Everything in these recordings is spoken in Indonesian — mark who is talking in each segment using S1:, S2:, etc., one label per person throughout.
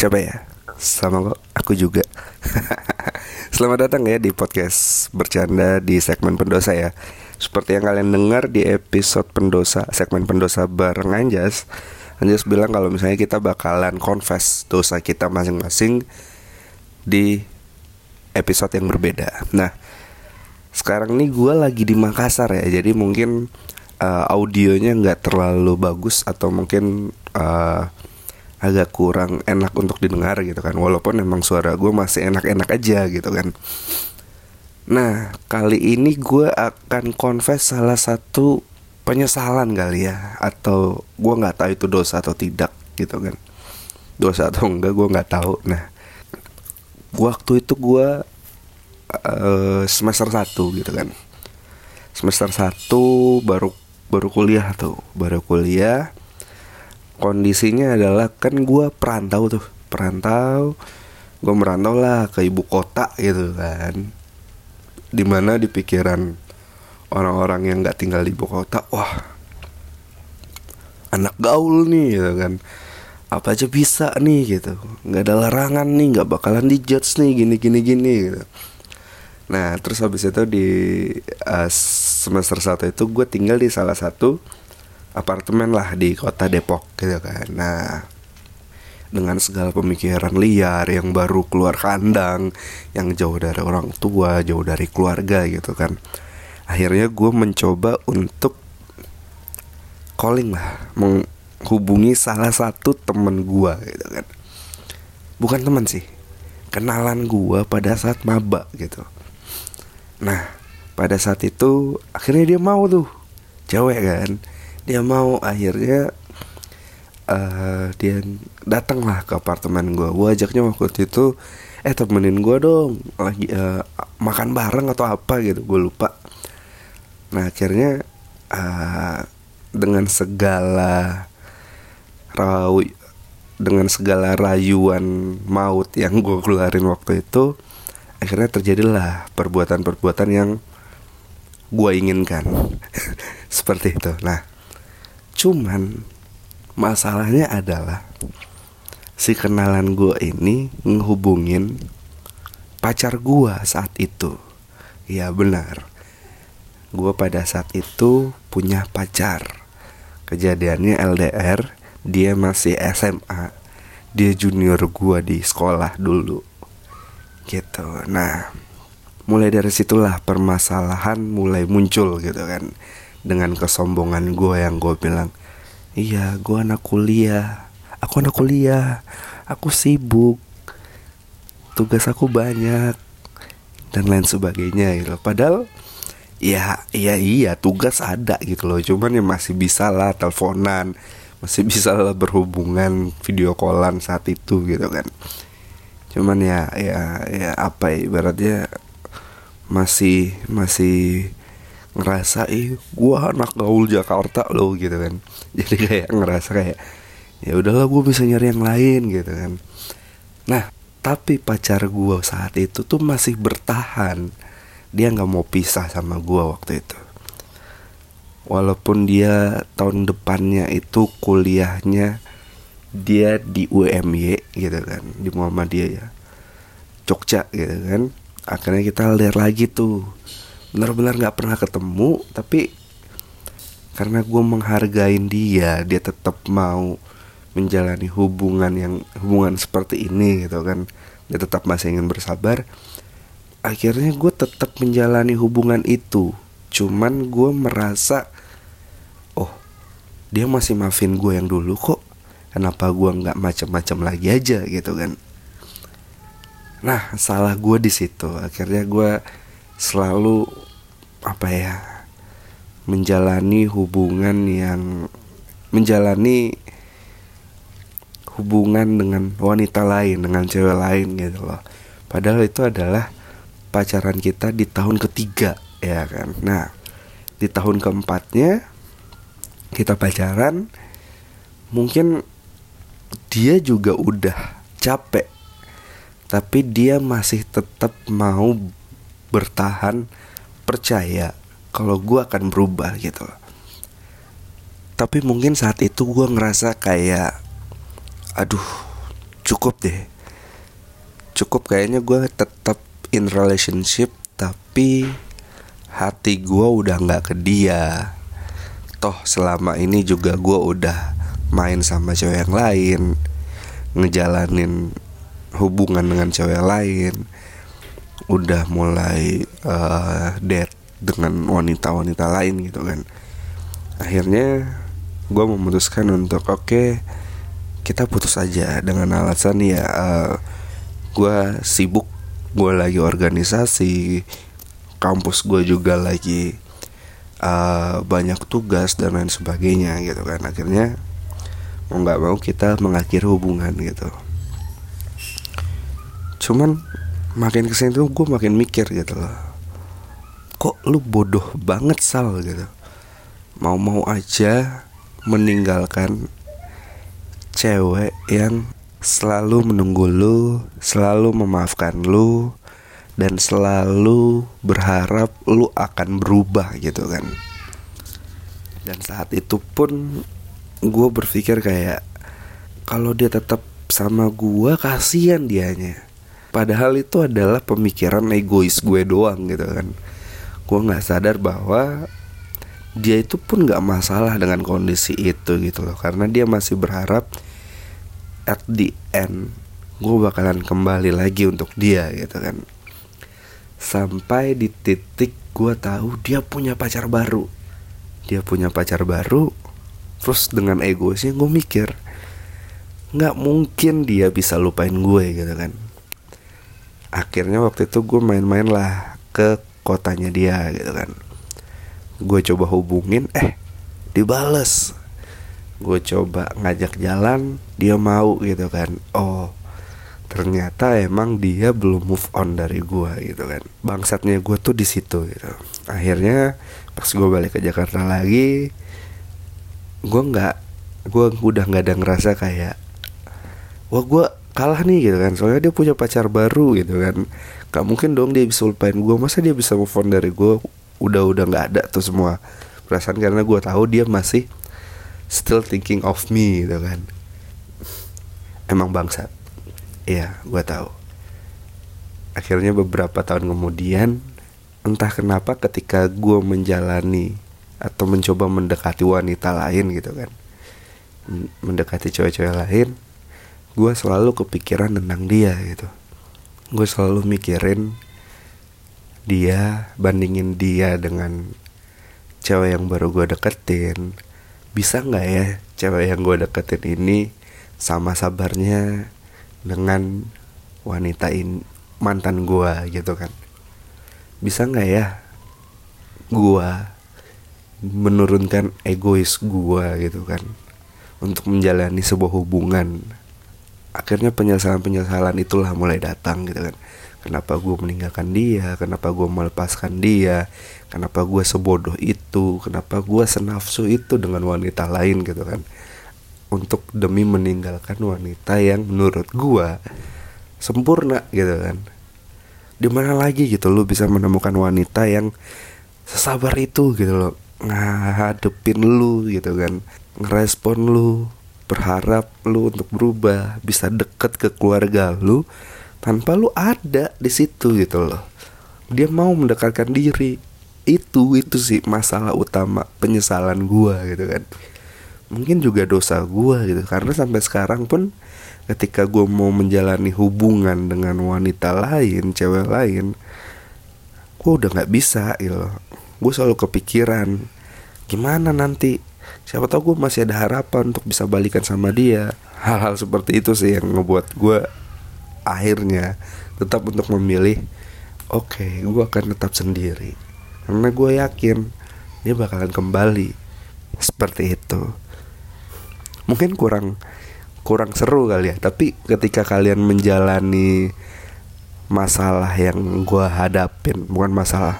S1: Siapa ya? Sama kok, aku juga. Selamat datang ya di podcast bercanda di segmen pendosa ya. Seperti yang kalian dengar di episode pendosa, segmen pendosa bareng Anjas. Anjas bilang kalau misalnya kita bakalan confess dosa kita masing-masing di episode yang berbeda. Nah, sekarang nih gue lagi di Makassar ya. Jadi mungkin audionya gak terlalu bagus atau mungkin agak kurang enak untuk didengar gitu kan. Walaupun emang suara gue masih enak-enak aja gitu kan. Nah, kali ini gue akan confess salah satu penyesalan kali ya. Atau gue gak tahu itu dosa atau tidak gitu kan. Dosa atau enggak gue gak tahu. Nah, waktu itu gue semester 1 gitu kan. Semester 1 baru kuliah tuh. Baru kuliah. Kondisinya adalah kan gue perantau. Gue merantau lah ke ibu kota gitu kan. Dimana di pikiran orang-orang yang gak tinggal di ibu kota, wah, anak gaul nih gitu kan, apa aja bisa nih gitu, gak ada larangan nih, gak bakalan dijudge nih gini gitu. Nah terus habis itu di semester 1 itu gue tinggal di salah satu apartemen lah di kota Depok gitu kan. Nah, dengan segala pemikiran liar yang baru keluar kandang, yang jauh dari orang tua, jauh dari keluarga gitu kan, akhirnya gue mencoba untuk calling lah, menghubungi salah satu temen gue gitu kan. Bukan teman sih, kenalan gue pada saat maba gitu. Nah, pada saat itu akhirnya dia mau tuh, cewek kan. Dia mau, akhirnya dia datang lah ke apartemen gue. Gue ajaknya waktu itu, temenin gue dong, lagi makan bareng atau apa gitu, gue lupa. Nah akhirnya dengan segala rayuan maut yang gue keluarin waktu itu, akhirnya terjadilah perbuatan-perbuatan yang gue inginkan. Seperti itu. Nah, cuman masalahnya adalah si kenalan gue ini ngehubungin pacar gue saat itu. Ya benar, gue pada saat itu punya pacar. Kejadiannya LDR, dia masih SMA, dia junior gue di sekolah dulu gitu. Nah, mulai dari situlah permasalahan mulai muncul gitu kan. Dengan kesombongan gue yang gue bilang, iya gue anak kuliah, aku sibuk, tugas aku banyak, dan lain sebagainya gitu. Padahal iya tugas ada gitu loh. Cuman ya masih bisa lah teleponan, masih bisa lah berhubungan video callan saat itu gitu kan. Cuman ya apa ya, ibaratnya masih ngerasa gue anak gaul Jakarta loh gitu kan. Jadi kayak ngerasa kayak ya udahlah, gue bisa nyari yang lain gitu kan. Nah tapi pacar gue saat itu tuh masih bertahan. Dia gak mau pisah sama gue waktu itu. Walaupun dia tahun depannya itu kuliahnya dia di UMY gitu kan, di Muhammadiyah ya, Jogja gitu kan. Akhirnya kita LDR lagi tuh. Benar-benar gak pernah ketemu. Tapi karena gue menghargain dia tetap mau menjalani hubungan seperti ini gitu kan. Dia tetap masih ingin bersabar. Akhirnya gue tetap menjalani hubungan itu. Cuman gue merasa, oh, dia masih maafin gue yang dulu kok. Kenapa gue gak macem-macem lagi aja gitu kan. Nah salah gue di situ. Akhirnya gue selalu menjalani hubungan dengan wanita lain, dengan cewek lain gitu loh. Padahal itu adalah pacaran kita di tahun ketiga ya kan. Nah di tahun keempatnya kita pacaran, mungkin dia juga udah capek, tapi dia masih tetap mau bertahan, percaya kalau gue akan berubah gitu. Tapi mungkin saat itu gue ngerasa kayak, aduh, cukup deh, cukup, kayaknya gue tetap in relationship tapi hati gue udah gak ke dia. Toh selama ini juga gue udah main sama cewek yang lain, ngejalanin hubungan dengan cewek lain, udah mulai date dengan wanita-wanita lain gitu kan. Akhirnya gue memutuskan untuk oke, kita putus aja dengan alasan ya gue sibuk, gue lagi organisasi, kampus gue juga lagi banyak tugas dan lain sebagainya gitu kan. Akhirnya mau gak mau kita mengakhiri hubungan gitu. Cuman makin kesini tuh gue makin mikir gitu loh, kok lu bodoh banget Sal gitu, mau-mau aja meninggalkan cewek yang selalu menunggu lu, selalu memaafkan lu, dan selalu berharap lu akan berubah gitu kan. Dan saat itu pun gue berpikir kayak, kalau dia tetap sama gue kasihan dianya. Padahal itu adalah pemikiran egois gue doang gitu kan. Gue gak sadar bahwa dia itu pun gak masalah dengan kondisi itu gitu loh. Karena dia masih berharap at the end gue bakalan kembali lagi untuk dia gitu kan. Sampai di titik gue tahu dia punya pacar baru. Dia punya pacar baru. Terus dengan egoisnya gue mikir, gak mungkin dia bisa lupain gue gitu kan. Akhirnya waktu itu gue main-main lah ke kotanya dia gitu kan. Gue coba hubungin, dibales. Gue coba ngajak jalan, dia mau gitu kan. Oh, ternyata emang dia belum move on dari gue gitu kan. Bangsatnya gue tuh di situ gitu. Akhirnya pas gue balik ke Jakarta lagi, gue udah nggak ada ngerasa kayak, wah gue kalah nih gitu kan. Soalnya dia punya pacar baru gitu kan. Gak mungkin dong dia bisa lupain gue. Masa dia bisa move on dari gue? Udah nggak ada tuh semua perasaan, karena gue tahu dia masih still thinking of me gitu kan. Emang bangsat. Iya, gue tahu. Akhirnya beberapa tahun kemudian, entah kenapa ketika gue menjalani atau mencoba mendekati wanita lain gitu kan, mendekati cewek-cewek lain, gue selalu kepikiran tentang dia gitu. Gue selalu mikirin dia, bandingin dia dengan cewek yang baru gue deketin. Bisa gak ya cewek yang gue deketin ini sama sabarnya dengan wanita mantan gue gitu kan. Bisa gak ya gue menurunkan egois gue gitu kan untuk menjalani sebuah hubungan. Akhirnya penyesalan itulah mulai datang gitu kan. Kenapa gue meninggalkan dia, kenapa gue melepaskan dia, kenapa gue sebodoh itu, kenapa gue senafsu itu dengan wanita lain gitu kan. Untuk demi meninggalkan wanita yang menurut gue sempurna gitu kan. Dimana lagi gitu lu bisa menemukan wanita yang sesabar itu gitu loh, ngadepin lu gitu kan, ngerespon lu, berharap lu untuk berubah, bisa deket ke keluarga lu tanpa lu ada di situ gitu loh. Dia mau mendekatkan diri. Itu sih masalah utama penyesalan gua gitu kan. Mungkin juga dosa gua gitu, karena sampai sekarang pun ketika gua mau menjalani hubungan dengan wanita lain, cewek lain, gua udah gak bisa gitu loh. Gua selalu kepikiran gimana nanti, siapa tahu gue masih ada harapan untuk bisa balikan sama dia. Hal-hal seperti itu sih yang ngebuat gue akhirnya tetap untuk memilih oke, gue akan tetap sendiri, karena gue yakin dia bakalan kembali. Seperti itu. Mungkin kurang seru kali ya, tapi ketika kalian menjalani masalah yang gue hadapin, bukan masalah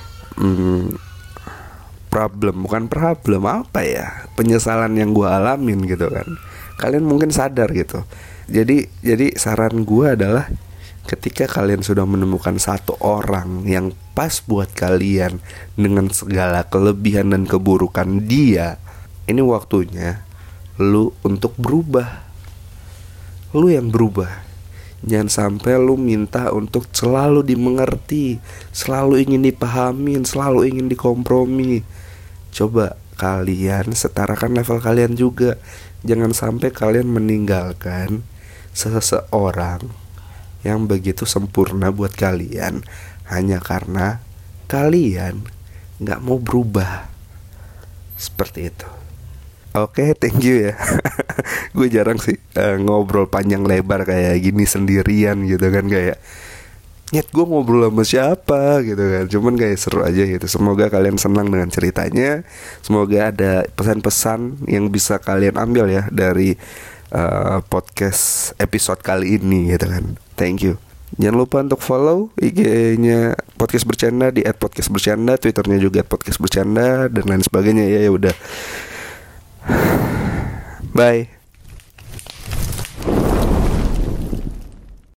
S1: bukan problem apa ya, penyesalan yang gue alamin gitu kan, kalian mungkin sadar gitu. Jadi saran gue adalah, ketika kalian sudah menemukan satu orang yang pas buat kalian dengan segala kelebihan dan keburukan dia, ini waktunya lu untuk berubah. lu yang berubah. Jangan sampai lu minta untuk selalu dimengerti, selalu ingin dipahamin, selalu ingin dikompromi. Coba kalian setarakan level kalian juga. Jangan sampai kalian meninggalkan seseorang yang begitu sempurna buat kalian hanya karena kalian gak mau berubah. Seperti itu. Oke, thank you ya. Gue jarang sih ngobrol panjang lebar kayak gini sendirian gitu kan. Kayak nyet gue ngobrol sama siapa gitu kan. Cuman kayak seru aja gitu. Semoga kalian senang dengan ceritanya. Semoga ada pesan-pesan yang bisa kalian ambil ya dari podcast episode kali ini gitu kan. Thank you. Jangan lupa untuk follow IG-nya Podcast Bercanda di @podcastbercanda, Twitternya juga @podcastbercanda dan lain sebagainya ya. Ya udah. Bye.